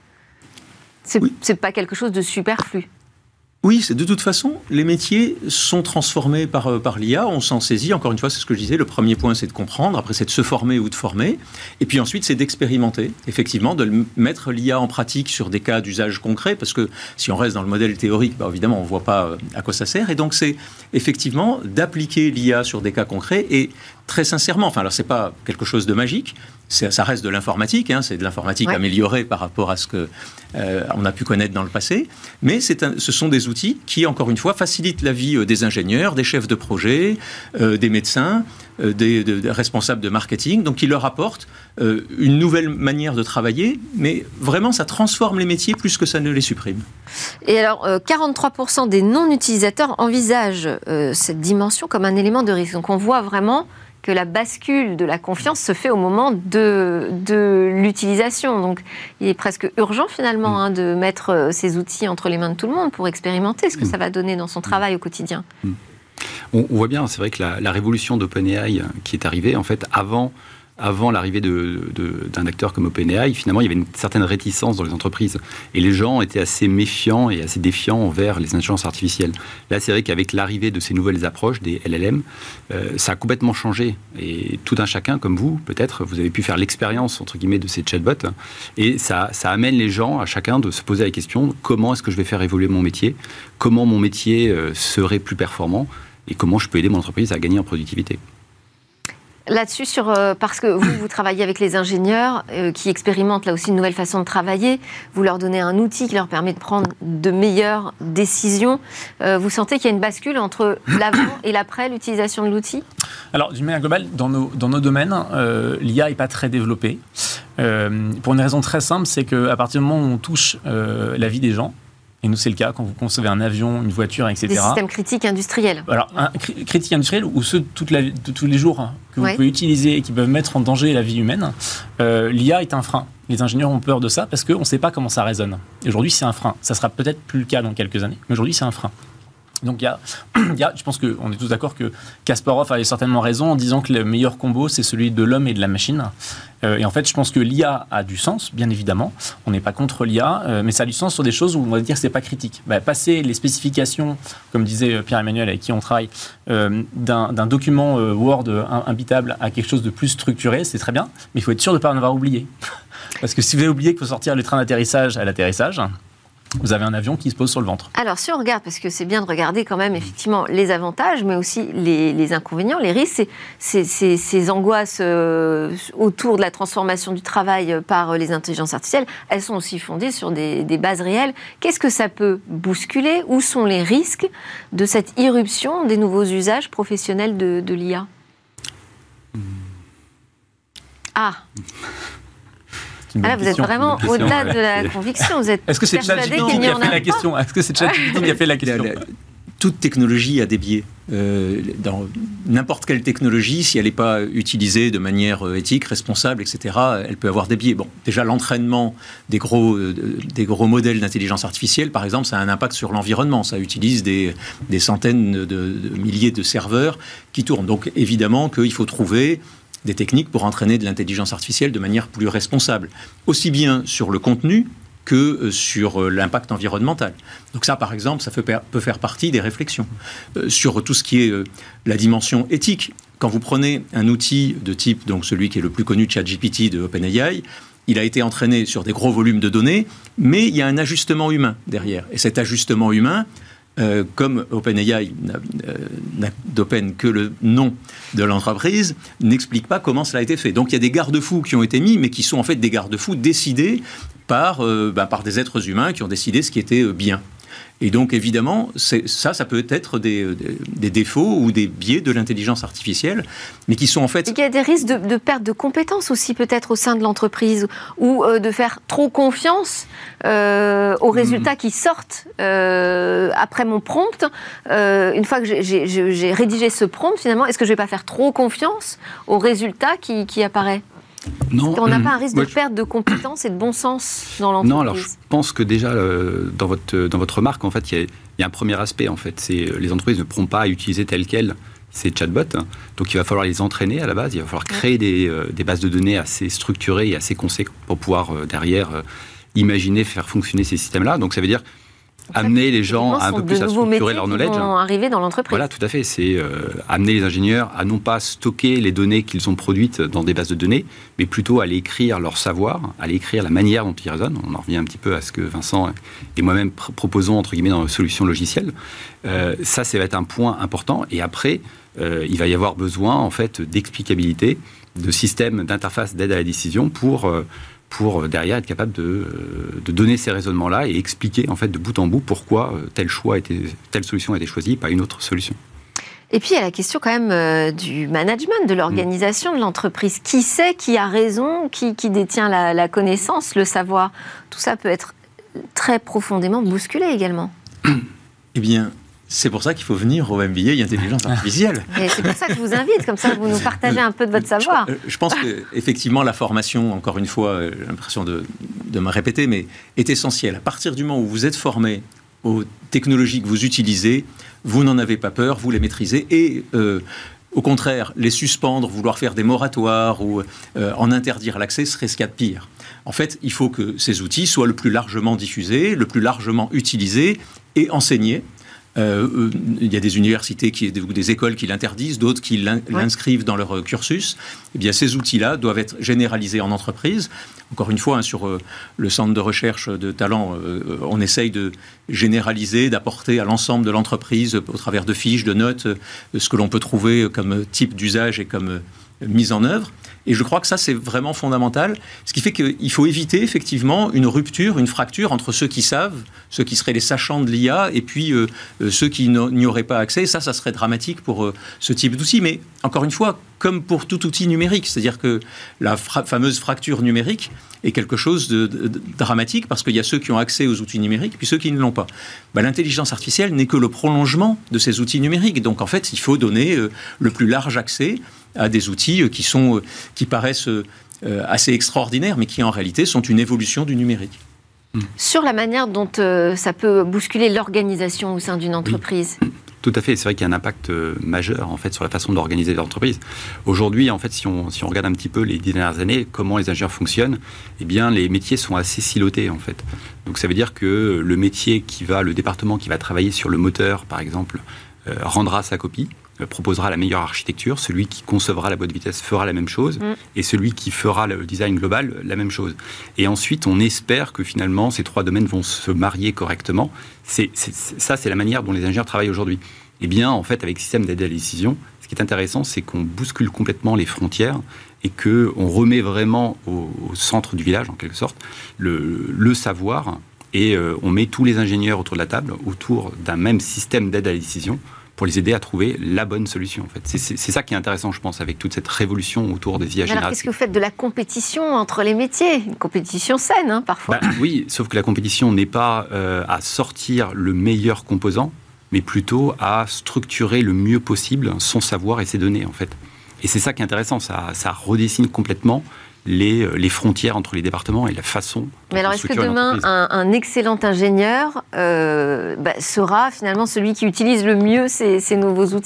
C'est, oui. c'est pas quelque chose de superflu. Oui, c'est de toute façon, les métiers sont transformés par, par l'I A, on s'en saisit. Encore une fois, c'est ce que je disais, le premier point, c'est de comprendre, après, c'est de se former ou de former, et puis ensuite, c'est d'expérimenter, effectivement, de mettre l'I A en pratique sur des cas d'usage concret, parce que si on reste dans le modèle théorique, bah, évidemment, on ne voit pas à quoi ça sert, et donc c'est effectivement d'appliquer l'I A sur des cas concrets, et très sincèrement, enfin, alors c'est pas quelque chose de magique, c'est, ça reste de l'informatique, hein, c'est de l'informatique ouais. améliorée par rapport à ce qu'on euh, a pu connaître dans le passé, mais c'est un, ce sont des outils qui, encore une fois, facilitent la vie des ingénieurs, des chefs de projet, euh, des médecins, euh, des, de, des responsables de marketing, donc qui leur apportent euh, une nouvelle manière de travailler, mais vraiment, ça transforme les métiers plus que ça ne les supprime. Et alors, euh, quarante-trois pour cent des non-utilisateurs envisagent euh, cette dimension comme un élément de risque. Donc, on voit vraiment que la bascule de la confiance se fait au moment de, de l'utilisation. Donc, il est presque urgent, finalement, hein, de mettre ces outils entre les mains de tout le monde pour expérimenter ce que ça va donner dans son travail au quotidien. On, on voit bien, c'est vrai que la, la révolution d'OpenAI qui est arrivée, en fait, avant, avant l'arrivée de, de, d'un acteur comme OpenAI, finalement, il y avait une certaine réticence dans les entreprises. Et les gens étaient assez méfiants et assez défiants envers les intelligences artificielles. Là, c'est vrai qu'avec l'arrivée de ces nouvelles approches, des L L M, euh, ça a complètement changé. Et tout un chacun, comme vous, peut-être, vous avez pu faire l'expérience, entre guillemets, de ces chatbots. Et ça, ça amène les gens, à chacun, de se poser la question, comment est-ce que je vais faire évoluer mon métier ? Comment mon métier euh, serait plus performant ? Et comment je peux aider mon entreprise à gagner en productivité ? Là-dessus, sur, euh, parce que vous, vous travaillez avec les ingénieurs euh, qui expérimentent là aussi une nouvelle façon de travailler, vous leur donnez un outil qui leur permet de prendre de meilleures décisions. Euh, vous sentez qu'il y a une bascule entre l'avant et l'après l'utilisation de l'outil ? Alors, d'une manière globale, dans nos, dans nos domaines, euh, l'I A n'est pas très développée. Euh, pour une raison très simple, c'est qu'à partir du moment où on touche euh, la vie des gens, et nous, c'est le cas quand vous concevez un avion, une voiture, et cetera. Des systèmes critiques industriels. Alors, un cri- critique industriel ou ceux toute la, de tous les jours hein, que vous ouais. pouvez utiliser et qui peuvent mettre en danger la vie humaine, euh, l'I A est un frein. Les ingénieurs ont peur de ça parce qu'on ne sait pas comment ça résonne. Et aujourd'hui, c'est un frein. Ça sera peut-être plus le cas dans quelques années, mais aujourd'hui, c'est un frein. Donc, il y a, il y a, je pense qu'on est tous d'accord que Kasparov avait certainement raison en disant que le meilleur combo, c'est celui de l'homme et de la machine. Euh, et en fait, je pense que l'I A a du sens, bien évidemment. On n'est pas contre l'I A, euh, mais ça a du sens sur des choses où on va dire que ce n'est pas critique. Bah, passer les spécifications, comme disait Pierre-Emmanuel avec qui on travaille, euh, d'un, d'un document euh, Word imbitable à quelque chose de plus structuré, c'est très bien, mais il faut être sûr de ne pas en avoir oublié. Parce que si vous avez oublié qu'il faut sortir le train d'atterrissage à l'atterrissage, vous avez un avion qui se pose sur le ventre. Alors, si on regarde, parce que c'est bien de regarder quand même effectivement les avantages, mais aussi les, les inconvénients, les risques, c'est, c'est, c'est, ces angoisses euh, autour de la transformation du travail par les intelligences artificielles, elles sont aussi fondées sur des, des bases réelles. Qu'est-ce que ça peut bousculer ? Où sont les risques de cette irruption des nouveaux usages professionnels de, de l'I A ? Ah Ah là, vous êtes vraiment au-delà de la conviction. Vous êtes Est-ce que c'est ChatGPT qui a fait la question ? Est-ce que c'est ChatGPT qui a fait la question ? Toute technologie a des biais. Euh, dans n'importe quelle technologie, si elle n'est pas utilisée de manière éthique, responsable, et cetera, elle peut avoir des biais. Bon, déjà, l'entraînement des gros, euh, des gros modèles d'intelligence artificielle, par exemple, ça a un impact sur l'environnement. Ça utilise des, des centaines de, de milliers de serveurs qui tournent. Donc, évidemment qu'il faut trouver des techniques pour entraîner de l'intelligence artificielle de manière plus responsable, aussi bien sur le contenu que sur l'impact environnemental. Donc ça, par exemple, ça peut faire partie des réflexions. Euh, sur tout ce qui est euh, la dimension éthique, quand vous prenez un outil de type, donc celui qui est le plus connu, ChatGPT de OpenAI, il a été entraîné sur des gros volumes de données, mais il y a un ajustement humain derrière. Et cet ajustement humain, Euh, comme OpenAI n'a, euh, n'a d'Open que le nom de l'entreprise, n'explique pas comment cela a été fait. Donc il y a des garde-fous qui ont été mis, mais qui sont en fait des garde-fous décidés par, euh, bah, par des êtres humains qui ont décidé ce qui était euh, bien. Et donc, évidemment, c'est, ça, ça peut être des, des, des défauts ou des biais de l'intelligence artificielle, mais qui sont en fait... Il y a des risques de, de perte de compétences aussi, peut-être, au sein de l'entreprise, ou euh, de faire trop confiance euh, aux résultats mmh. qui sortent euh, après mon prompt. Euh, une fois que j'ai, j'ai, j'ai rédigé ce prompt, finalement, est-ce que je ne vais pas faire trop confiance aux résultats qui, qui apparaît ? Non, on n'a pas un risque moi, de perte de compétences et de bon sens dans l'entreprise. Non, alors je pense que déjà, euh, dans, votre, dans votre remarque, en fait, il y, y a un premier aspect. En fait, c'est les entreprises ne pourront pas utiliser tel quel ces chatbots. Hein. Donc il va falloir les entraîner à la base. Il va falloir créer des, euh, des bases de données assez structurées et assez conséquentes pour pouvoir, euh, derrière, euh, imaginer, faire fonctionner ces systèmes-là. Donc ça veut dire amener les gens à un peu plus à structurer leur knowledge. Vont arriver dans l'entreprise. Voilà, tout à fait. C'est euh, amener les ingénieurs à non pas stocker les données qu'ils ont produites dans des bases de données, mais plutôt à aller écrire leur savoir, à aller écrire la manière dont ils raisonnent. On en revient un petit peu à ce que Vincent et moi-même pr- proposons, entre guillemets, dans nos solutions logicielles. Euh, ça, ça va être un point important. Et après, euh, il va y avoir besoin, en fait, d'explicabilité, de systèmes d'interface d'aide à la décision pour... Euh, pour derrière être capable de, de donner ces raisonnements-là et expliquer en fait de bout en bout pourquoi tel choix a été, telle solution a été choisie, pas une autre solution. Et puis il y a la question quand même euh, du management, de l'organisation mmh. de l'entreprise. Qui sait, qui a raison, qui, qui détient la, la connaissance, le savoir. Tout ça peut être très profondément bousculé également. Eh bien, c'est pour ça qu'il faut venir au M B A Intelligence Artificielle. Et c'est pour ça que je vous invite, comme ça vous nous partagez un peu de votre savoir. Je, je pense qu'effectivement la formation, encore une fois, j'ai l'impression de, de me répéter, mais est essentielle. À partir du moment où vous êtes formé aux technologies que vous utilisez, vous n'en avez pas peur, vous les maîtrisez et euh, Au contraire, les suspendre, vouloir faire des moratoires ou euh, en interdire l'accès serait ce qu'il y a de pire. En fait, il faut que ces outils soient le plus largement diffusés, le plus largement utilisés et enseignés. Euh, il y a des universités qui, ou des écoles qui l'interdisent, d'autres qui l'inscrivent ouais. dans leur cursus. Eh bien, ces outils-là doivent être généralisés en entreprise. Encore une fois, hein, sur euh, le centre de recherche de talent, euh, on essaye de généraliser, d'apporter à l'ensemble de l'entreprise, au travers de fiches, de notes, euh, ce que l'on peut trouver comme type d'usage et comme euh, mise en œuvre. Et je crois que ça, c'est vraiment fondamental. Ce qui fait qu'il faut éviter effectivement une rupture, une fracture entre ceux qui savent, ceux qui seraient les sachants de l'I A, et puis euh, ceux qui n'y auraient pas accès. Ça, ça serait dramatique pour euh, ce type d'outil. Mais encore une fois, comme pour tout outil numérique, c'est-à-dire que la fra- fameuse fracture numérique est quelque chose de, de, de dramatique parce qu'il y a ceux qui ont accès aux outils numériques puis ceux qui ne l'ont pas. Ben, l'intelligence artificielle n'est que le prolongement de ces outils numériques. Donc en fait, il faut donner euh, le plus large accès à des outils qui, sont, qui paraissent assez extraordinaires, mais qui en réalité sont une évolution du numérique. Sur la manière dont euh, ça peut bousculer l'organisation au sein d'une entreprise. Oui. Tout à fait, c'est vrai qu'il y a un impact majeur en fait sur la façon d'organiser l'entreprise. Aujourd'hui, en fait, si on, si on regarde un petit peu les dix dernières années, comment les ingénieurs fonctionnent, eh bien, les métiers sont assez silotés en fait. Donc, ça veut dire que le métier qui va, le département qui va travailler sur le moteur, par exemple, euh, rendra sa copie, proposera la meilleure architecture, celui qui concevra la boîte de vitesse fera la même chose, mmh. et celui qui fera le design global, la même chose. Et ensuite, on espère que finalement, ces trois domaines vont se marier correctement. C'est, c'est, ça, c'est la manière dont les ingénieurs travaillent aujourd'hui. Eh bien, en fait, avec le système d'aide à la décision, ce qui est intéressant, c'est qu'on bouscule complètement les frontières et qu'on remet vraiment au, au centre du village, en quelque sorte, le, le savoir, et euh, on met tous les ingénieurs autour de la table, autour d'un même système d'aide à la décision, pour les aider à trouver la bonne solution. En fait. C'est, c'est, c'est ça qui est intéressant, je pense, avec toute cette révolution autour des I A génératives. Alors, qu'est-ce que vous faites de la compétition entre les métiers ? Une compétition saine, hein, parfois. Bah, oui, sauf que la compétition n'est pas euh, à sortir le meilleur composant, mais plutôt à structurer le mieux possible son savoir et ses données, en fait. Et c'est ça qui est intéressant, ça, ça redessine complètement Les, les frontières entre les départements et la façon. Mais alors, est-ce que demain, un, un excellent ingénieur euh, bah, sera finalement celui qui utilise le mieux ces, ces nouveaux outils ?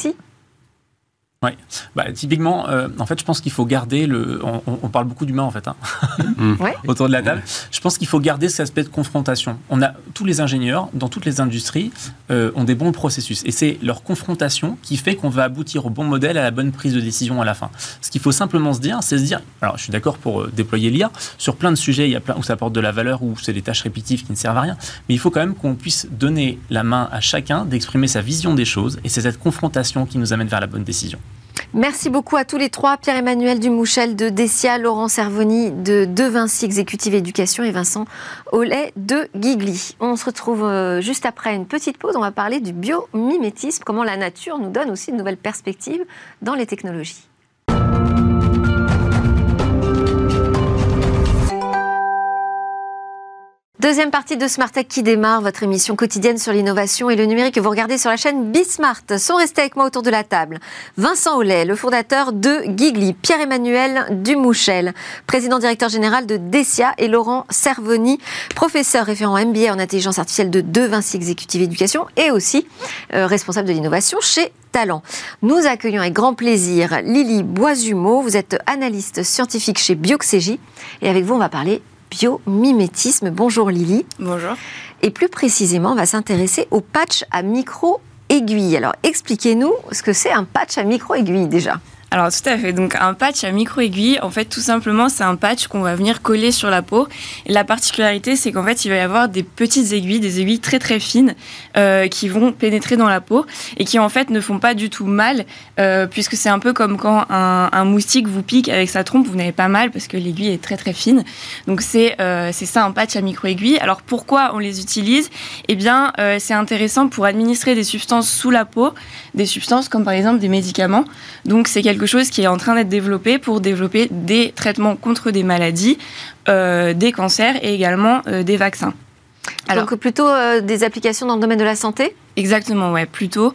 Oui, bah, typiquement, euh, en fait, je pense qu'il faut garder le. On, on parle beaucoup d'humains, en fait, hein, ouais. autour de la table. Je pense qu'il faut garder cet aspect de confrontation. On a tous les ingénieurs dans toutes les industries euh, ont des bons processus, et c'est leur confrontation qui fait qu'on va aboutir au bon modèle, à la bonne prise de décision à la fin. Ce qu'il faut simplement se dire, c'est se dire. Alors, je suis d'accord pour euh, déployer l'I A sur plein de sujets. Il y a plein où ça apporte de la valeur, où c'est des tâches répétitives qui ne servent à rien. Mais il faut quand même qu'on puisse donner la main à chacun d'exprimer sa vision des choses, et c'est cette confrontation qui nous amène vers la bonne décision. Merci beaucoup à tous les trois, Pierre-Emmanuel Dumouchel de Dessia, Laurent Servoni de De Vinci Exécutive Éducation et Vincent Aulet de Gigli. On se retrouve juste après une petite pause. On va parler du biomimétisme, comment la nature nous donne aussi de nouvelles perspectives dans les technologies. Deuxième partie de Smart Tech qui démarre, votre émission quotidienne sur l'innovation et le numérique que vous regardez sur la chaîne Bismart. Sont restés avec moi autour de la table Vincent Aulet, le fondateur de Gigli, Pierre-Emmanuel Dumouchel, président directeur général de Dessia, et Laurent Servoni, professeur référent M B A en intelligence artificielle de De Vinci Exécutive Éducation et aussi euh, responsable de l'innovation chez Talent. Nous accueillons avec grand plaisir Lily Boisumeau, vous êtes analyste scientifique chez Bioxégie et avec vous on va parler biomimétisme. Bonjour Lily. Bonjour. Et plus précisément, on va s'intéresser au patch à micro-aiguille. Alors, expliquez-nous ce que c'est un patch à micro-aiguille déjà. Alors tout à fait, donc un patch à micro-aiguille, en fait tout simplement c'est un patch qu'on va venir coller sur la peau. Et la particularité c'est qu'en fait il va y avoir des petites aiguilles, des aiguilles très très fines euh, qui vont pénétrer dans la peau et qui en fait ne font pas du tout mal euh, puisque c'est un peu comme quand un, un moustique vous pique avec sa trompe, vous n'avez pas mal parce que l'aiguille est très très fine. Donc c'est, euh, c'est ça un patch à micro-aiguille. Alors pourquoi on les utilise ? Eh bien euh, c'est intéressant pour administrer des substances sous la peau, des substances comme par exemple des médicaments. Donc c'est quelque chose qui est en train d'être développé pour développer des traitements contre des maladies, euh, des cancers et également euh, des vaccins. Alors, donc plutôt euh, des applications dans le domaine de la santé ? Exactement, ouais, plutôt.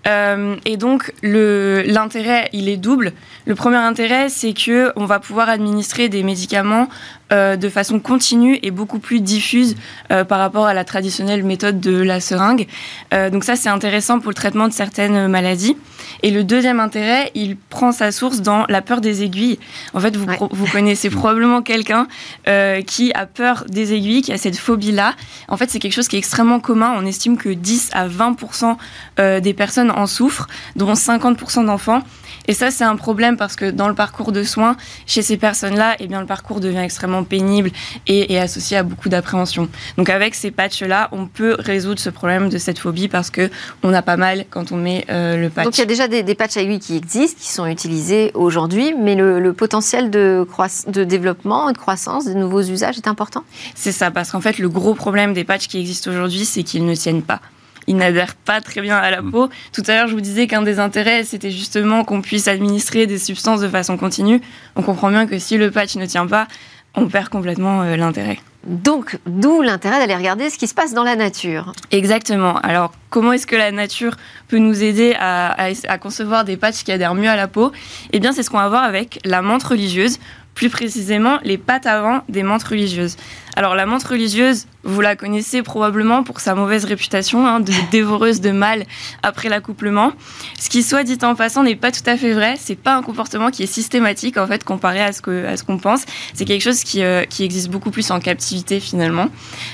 Euh, et donc, le, l'intérêt, il est double. Le premier intérêt, c'est qu'on va pouvoir administrer des médicaments euh, de façon continue et beaucoup plus diffuse euh, par rapport à la traditionnelle méthode de la seringue. Euh, donc ça, c'est intéressant pour le traitement de certaines maladies. Et le deuxième intérêt, il prend sa source dans la peur des aiguilles. En fait, vous, ouais. pro- vous connaissez probablement quelqu'un euh, qui a peur des aiguilles, qui a cette phobie-là. En fait, c'est quelque chose qui est extrêmement commun. On estime que dix à vingt pour cent euh, des personnes en souffrent, dont cinquante pour cent d'enfants. Et ça, c'est un problème parce que dans le parcours de soins, chez ces personnes-là, eh bien, le parcours devient extrêmement pénible et est associé à beaucoup d'appréhension. Donc avec ces patchs-là, on peut résoudre ce problème de cette phobie parce qu'on a pas mal quand on met euh, le patch. Donc il y a déjà des, des patchs à aiguilles qui existent, qui sont utilisés aujourd'hui, mais le, le potentiel de, croiss- de développement et de croissance, de nouveaux usages est important ? C'est ça, parce qu'en fait, le gros problème des patchs qui existent aujourd'hui, c'est qu'ils ne tiennent pas. Ils n'adhèrent pas très bien à la peau. Tout à l'heure, je vous disais qu'un des intérêts, c'était justement qu'on puisse administrer des substances de façon continue. On comprend bien que si le patch ne tient pas, on perd complètement euh, l'intérêt. Donc, d'où l'intérêt d'aller regarder ce qui se passe dans la nature. Exactement. Alors, comment est-ce que la nature peut nous aider à, à, à concevoir des patchs qui adhèrent mieux à la peau ? Eh bien, c'est ce qu'on va voir avec la menthe religieuse, plus précisément les pattes avant des menthes religieuses. Alors, la menthe religieuse, vous la connaissez probablement pour sa mauvaise réputation hein, de dévoreuse de mâles après l'accouplement. Ce qui, soit dit en passant, n'est pas tout à fait vrai. C'est pas un comportement qui est systématique, en fait, comparé à ce, que, à ce qu'on pense. C'est quelque chose qui, euh, qui existe beaucoup plus en captivité, finalement.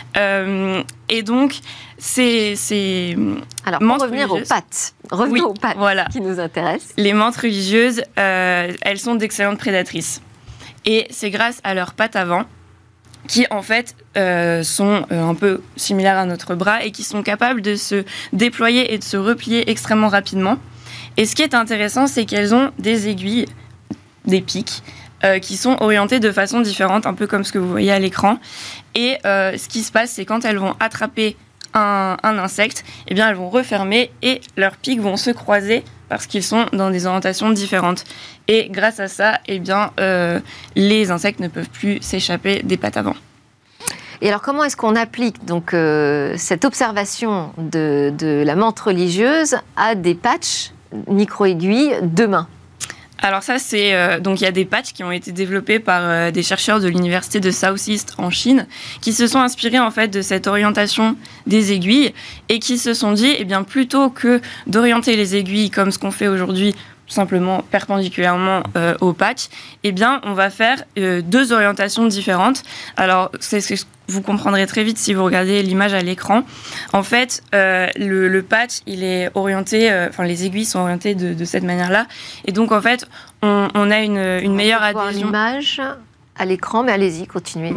Euh, et donc, c'est... c'est Alors, pour revenir aux pattes, revenons oui, aux pattes voilà. qui nous intéressent. Les menthes religieuses, euh, elles sont d'excellentes prédatrices. Et c'est grâce à leurs pattes avant qui, en fait, euh, sont euh, un peu similaires à notre bras et qui sont capables de se déployer et de se replier extrêmement rapidement. Et ce qui est intéressant, c'est qu'elles ont des aiguilles, des pics, euh, qui sont orientées de façon différente, un peu comme ce que vous voyez à l'écran. Et euh, ce qui se passe, c'est quand elles vont attraper un, un insecte, eh bien, elles vont refermer et leurs pics vont se croiser parce qu'ils sont dans des orientations différentes. Et grâce à ça, eh bien, euh, les insectes ne peuvent plus s'échapper des pattes avant. Et alors, comment est-ce qu'on applique donc, euh, cette observation de, de la menthe religieuse à des patchs micro-aiguilles de main ? Alors ça, c'est euh, donc il y a des patchs qui ont été développés par euh, des chercheurs de l'université de Southeast en Chine, qui se sont inspirés en fait de cette orientation des aiguilles et qui se sont dit, eh bien plutôt que d'orienter les aiguilles comme ce qu'on fait aujourd'hui, tout simplement perpendiculairement euh, au patch, eh bien on va faire euh, deux orientations différentes. Alors c'est ce que vous comprendrez très vite si vous regardez l'image à l'écran. En fait, euh, le, le patch, il est orienté, euh, enfin les aiguilles sont orientées de, de cette manière-là, et donc en fait, on, on a une, une meilleure adhésion. On voit l'image à l'écran, mais allez-y, continuez.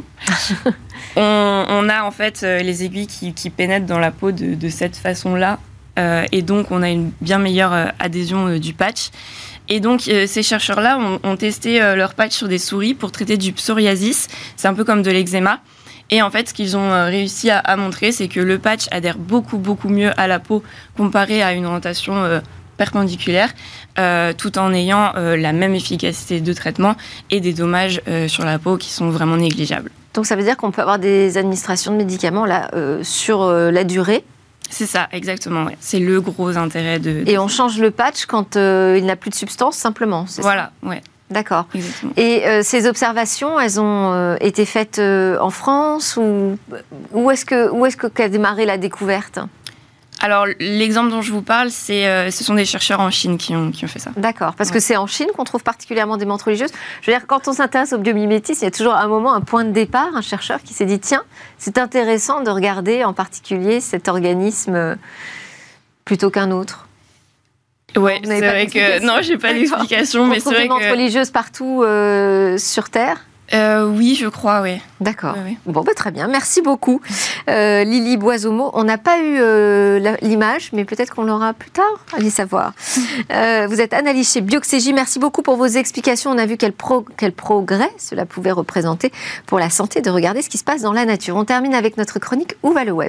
on, on a en fait euh, les aiguilles qui, qui pénètrent dans la peau de, de cette façon-là, euh, et donc on a une bien meilleure euh, adhésion euh, du patch. Et donc, euh, ces chercheurs-là ont, ont testé euh, leur patch sur des souris pour traiter du psoriasis. C'est un peu comme de l'eczéma. Et en fait, ce qu'ils ont réussi à, à montrer, c'est que le patch adhère beaucoup, beaucoup mieux à la peau comparé à une orientation euh, perpendiculaire, euh, tout en ayant euh, la même efficacité de traitement et des dommages euh, sur la peau qui sont vraiment négligeables. Donc, ça veut dire qu'on peut avoir des administrations de médicaments là, euh, sur euh, la durée ? C'est ça, exactement. Ouais. C'est le gros intérêt de... de... Et on change le patch quand euh, il n'a plus de substance, simplement, c'est voilà, ça ? Voilà, ouais. D'accord. Exactement. Et euh, ces observations, elles ont euh, été faites euh, en France ou où est-ce que où est-ce qu'a démarré la découverte ? Alors, l'exemple dont je vous parle, c'est, euh, ce sont des chercheurs en Chine qui ont, qui ont fait ça. D'accord, parce ouais. que c'est en Chine qu'on trouve particulièrement des menthes religieuses. Je veux dire, quand on s'intéresse au biomimétisme, il y a toujours un moment, un point de départ, un chercheur qui s'est dit, tiens, c'est intéressant de regarder en particulier cet organisme plutôt qu'un autre. Ouais, c'est vrai que... Non, j'ai pas d'explication, mais c'est vrai que... On trouve des menthes religieuses partout euh, sur Terre ? Euh, oui, je crois, oui. D'accord. Oui, oui. Bon, bah, très bien. Merci beaucoup, euh, Lily Boisomo. On n'a pas eu euh, la, l'image, mais peut-être qu'on l'aura plus tard. Allez savoir. Euh, vous êtes analyste chez Bioxégie. Merci beaucoup pour vos explications. On a vu quel, pro, quel progrès cela pouvait représenter pour la santé de regarder ce qui se passe dans la nature. On termine avec notre chronique Où va le web ?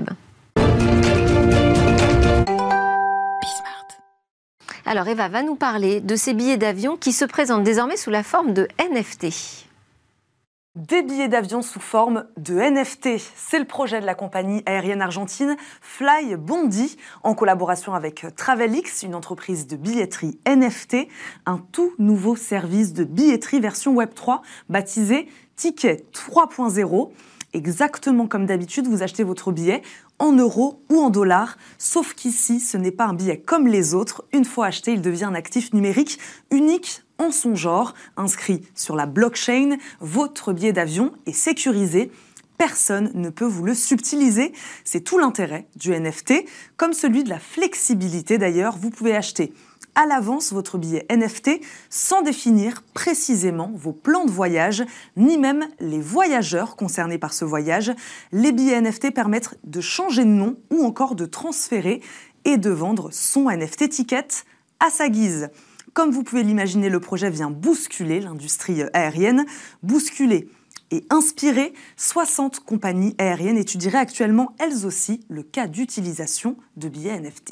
Alors Eva va nous parler de ces billets d'avion qui se présentent désormais sous la forme de N F T. Des billets d'avion sous forme de N F T. C'est le projet de la compagnie aérienne argentine Flybondi, en collaboration avec Travelix, une entreprise de billetterie N F T, un tout nouveau service de billetterie version web trois, baptisé Ticket trois point zéro. Exactement comme d'habitude, vous achetez votre billet en euros ou en dollars, sauf qu'ici, ce n'est pas un billet comme les autres. Une fois acheté, il devient un actif numérique unique en son genre, inscrit sur la blockchain. Votre billet d'avion est sécurisé. Personne ne peut vous le subtiliser. C'est tout l'intérêt du N F T, comme celui de la flexibilité d'ailleurs. Vous pouvez acheter à l'avance votre billet N F T sans définir précisément vos plans de voyage, ni même les voyageurs concernés par ce voyage. Les billets N F T permettent de changer de nom ou encore de transférer et de vendre son N F T ticket à sa guise. Comme vous pouvez l'imaginer, le projet vient bousculer l'industrie aérienne. Bousculer et inspirer, soixante compagnies aériennes étudieraient actuellement, elles aussi, le cas d'utilisation de billets N F T.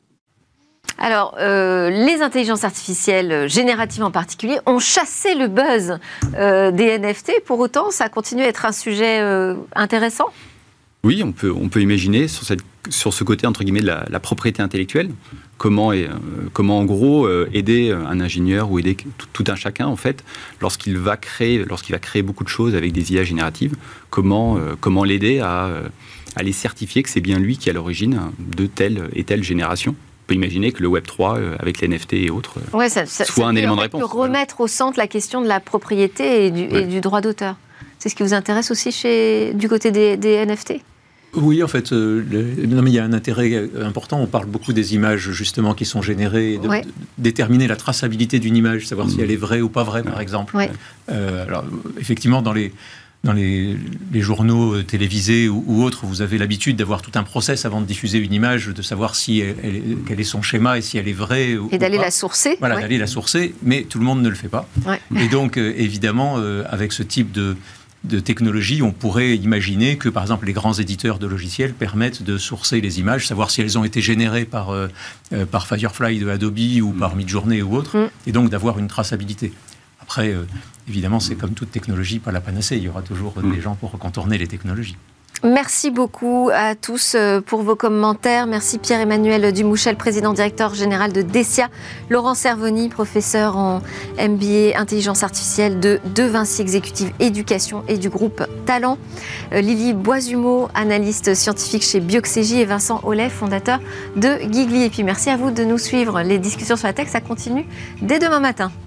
Alors, euh, les intelligences artificielles, génératives en particulier, ont chassé le buzz euh, des N F T. Pour autant, ça continue à être un sujet euh, intéressant ? Oui, on peut, on peut imaginer sur, cette, sur ce côté, entre guillemets, de la, la propriété intellectuelle, comment, euh, comment en gros, euh, aider un ingénieur ou aider tout, tout un chacun, en fait, lorsqu'il va créer, lorsqu'il va créer beaucoup de choses avec des I A génératives, comment, euh, comment l'aider à, euh, à les certifier que c'est bien lui qui est à l'origine de telle et telle génération. On peut imaginer que le web trois, euh, avec les N F T et autres, euh, ouais, ça, ça, soit ça un élément de réponse. Remettre voilà. au centre la question de la propriété et du, ouais. et du droit d'auteur. C'est ce qui vous intéresse aussi chez, du côté des, des N F T ? Oui, en fait, euh, le, non, mais il y a un intérêt important. On parle beaucoup des images, justement, qui sont générées, de, ouais. de, de déterminer la traçabilité d'une image, savoir mmh. si elle est vraie ou pas vraie, par exemple. Ouais. Euh, alors, effectivement, dans les... Dans les, les journaux télévisés ou, ou autres, vous avez l'habitude d'avoir tout un process avant de diffuser une image, de savoir si elle, elle, quel est son schéma et si elle est vraie. Ou, et d'aller ou pas. la sourcer. Voilà, ouais. d'aller la sourcer, mais tout le monde ne le fait pas. Ouais. Et donc, euh, évidemment, euh, avec ce type de, de technologie, on pourrait imaginer que, par exemple, les grands éditeurs de logiciels permettent de sourcer les images, savoir si elles ont été générées par, euh, par Firefly de Adobe ou mmh. par Midjourney ou autre, mmh. et donc d'avoir une traçabilité. Après, euh, évidemment, c'est comme toute technologie, pas la panacée. Il y aura toujours mmh. des gens pour contourner les technologies. Merci beaucoup à tous pour vos commentaires. Merci Pierre-Emmanuel Dumouchel, président directeur général de Dessia. Laurent Cervoni, professeur en M B A Intelligence Artificielle de De Vinci Exécutive Éducation et du groupe Talent. Lily Boisumeau, analyste scientifique chez Bioxégie, et Vincent Aulet, fondateur de Gigli. Et puis merci à vous de nous suivre. Les discussions sur la tech, ça continue dès demain matin.